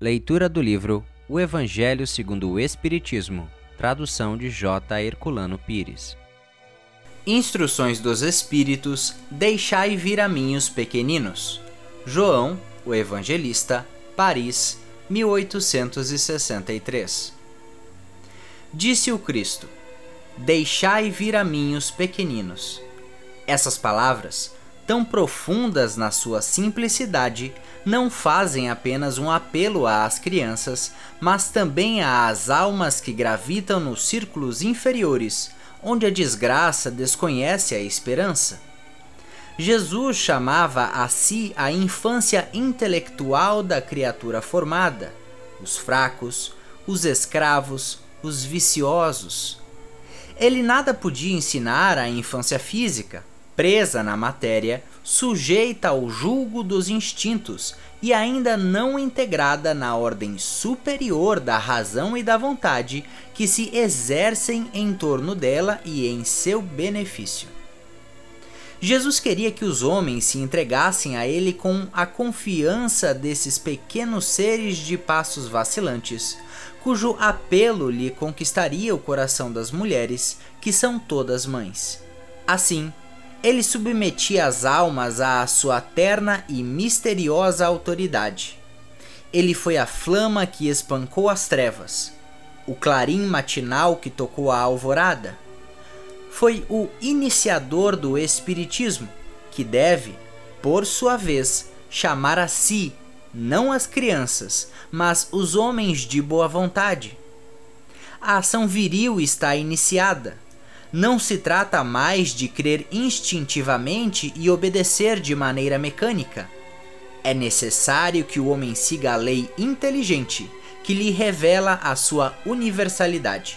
Leitura do livro O Evangelho segundo o Espiritismo, tradução de J. Herculano Pires. Instruções dos Espíritos, deixai vir a mim os pequeninos. João, o Evangelista, Paris, 1863. Disse o Cristo: deixai vir a mim os pequeninos. Essas palavras, tão profundas na sua simplicidade, não fazem apenas um apelo às crianças, mas também às almas que gravitam nos círculos inferiores, onde a desgraça desconhece a esperança. Jesus chamava a si a infância intelectual da criatura formada, os fracos, os escravos, os viciosos. Ele nada podia ensinar à infância física, presa na matéria, sujeita ao julgo dos instintos e ainda não integrada na ordem superior da razão e da vontade que se exercem em torno dela e em seu benefício. Jesus queria que os homens se entregassem a ele com a confiança desses pequenos seres de passos vacilantes, cujo apelo lhe conquistaria o coração das mulheres, que são todas mães. Assim, ele submetia as almas à sua terna e misteriosa autoridade. Ele foi a flama que espancou as trevas, o clarim matinal que tocou a alvorada. Foi o iniciador do Espiritismo, que deve, por sua vez, chamar a si, não as crianças, mas os homens de boa vontade. A ação viril está iniciada. Não se trata mais de crer instintivamente e obedecer de maneira mecânica. É necessário que o homem siga a lei inteligente, que lhe revela a sua universalidade.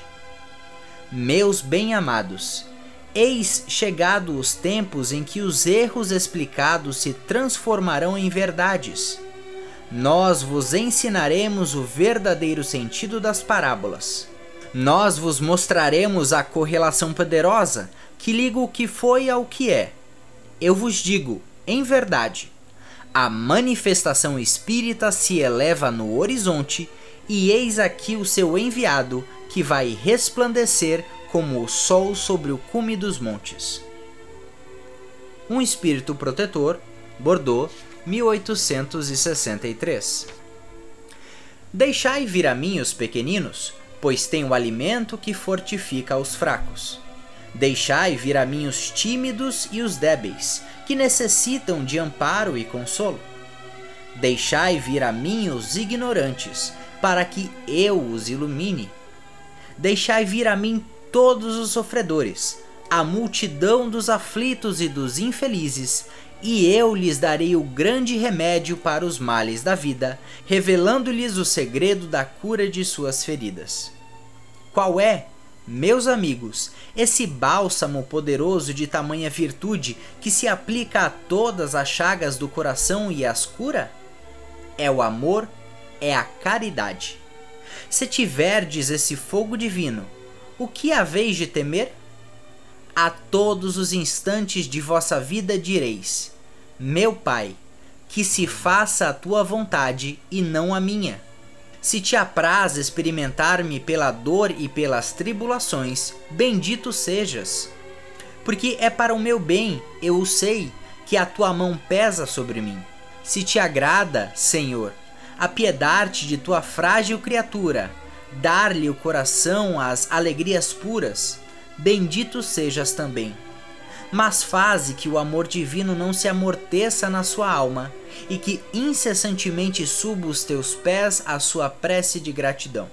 Meus bem-amados, eis chegado os tempos em que os erros explicados se transformarão em verdades. Nós vos ensinaremos o verdadeiro sentido das parábolas. Nós vos mostraremos a correlação poderosa que liga o que foi ao que é. Eu vos digo, em verdade, a manifestação espírita se eleva no horizonte e eis aqui o seu enviado que vai resplandecer como o sol sobre o cume dos montes. Um espírito protetor, Bordeaux, 1863. Deixai vir a mim os pequeninos, pois tem o alimento que fortifica os fracos. Deixai vir a mim os tímidos e os débeis, que necessitam de amparo e consolo. Deixai vir a mim os ignorantes, para que eu os ilumine. Deixai vir a mim todos os sofredores, a multidão dos aflitos e dos infelizes, e eu lhes darei o grande remédio para os males da vida, revelando-lhes o segredo da cura de suas feridas. Qual é, meus amigos, esse bálsamo poderoso de tamanha virtude que se aplica a todas as chagas do coração e as cura? É o amor, é a caridade. Se tiverdes esse fogo divino, o que haveis de temer? A todos os instantes de vossa vida direis: meu Pai, que se faça a tua vontade e não a minha. Se te apraz experimentar-me pela dor e pelas tribulações, bendito sejas. Porque é para o meu bem, eu o sei, que a tua mão pesa sobre mim. Se te agrada, Senhor, apiedar-te de tua frágil criatura, dar-lhe o coração às alegrias puras, bendito sejas também. Mas faze que o amor divino não se amorteça na sua alma e que incessantemente suba os teus pés à sua prece de gratidão.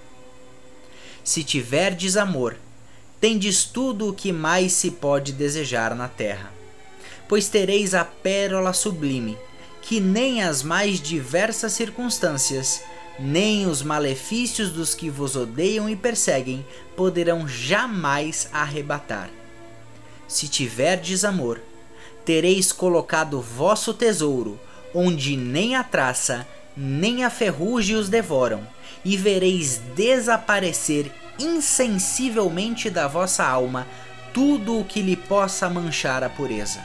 Se tiverdes amor, tendes tudo o que mais se pode desejar na terra, pois tereis a pérola sublime, que nem as mais diversas circunstâncias, nem os malefícios dos que vos odeiam e perseguem poderão jamais arrebatar. Se tiverdes amor, tereis colocado vosso tesouro, onde nem a traça, nem a ferrugem os devoram, e vereis desaparecer insensivelmente da vossa alma tudo o que lhe possa manchar a pureza.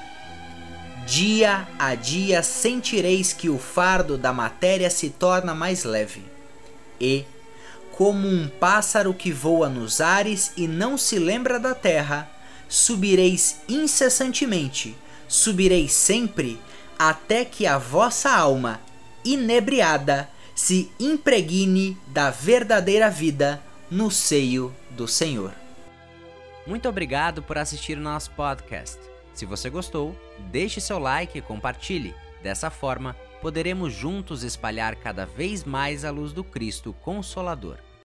Dia a dia sentireis que o fardo da matéria se torna mais leve. E, como um pássaro que voa nos ares e não se lembra da terra, subireis incessantemente, subireis sempre, até que a vossa alma, inebriada, se impregne da verdadeira vida no seio do Senhor. Muito obrigado por assistir o nosso podcast. Se você gostou, deixe seu like e compartilhe. Dessa forma, poderemos juntos espalhar cada vez mais a luz do Cristo Consolador.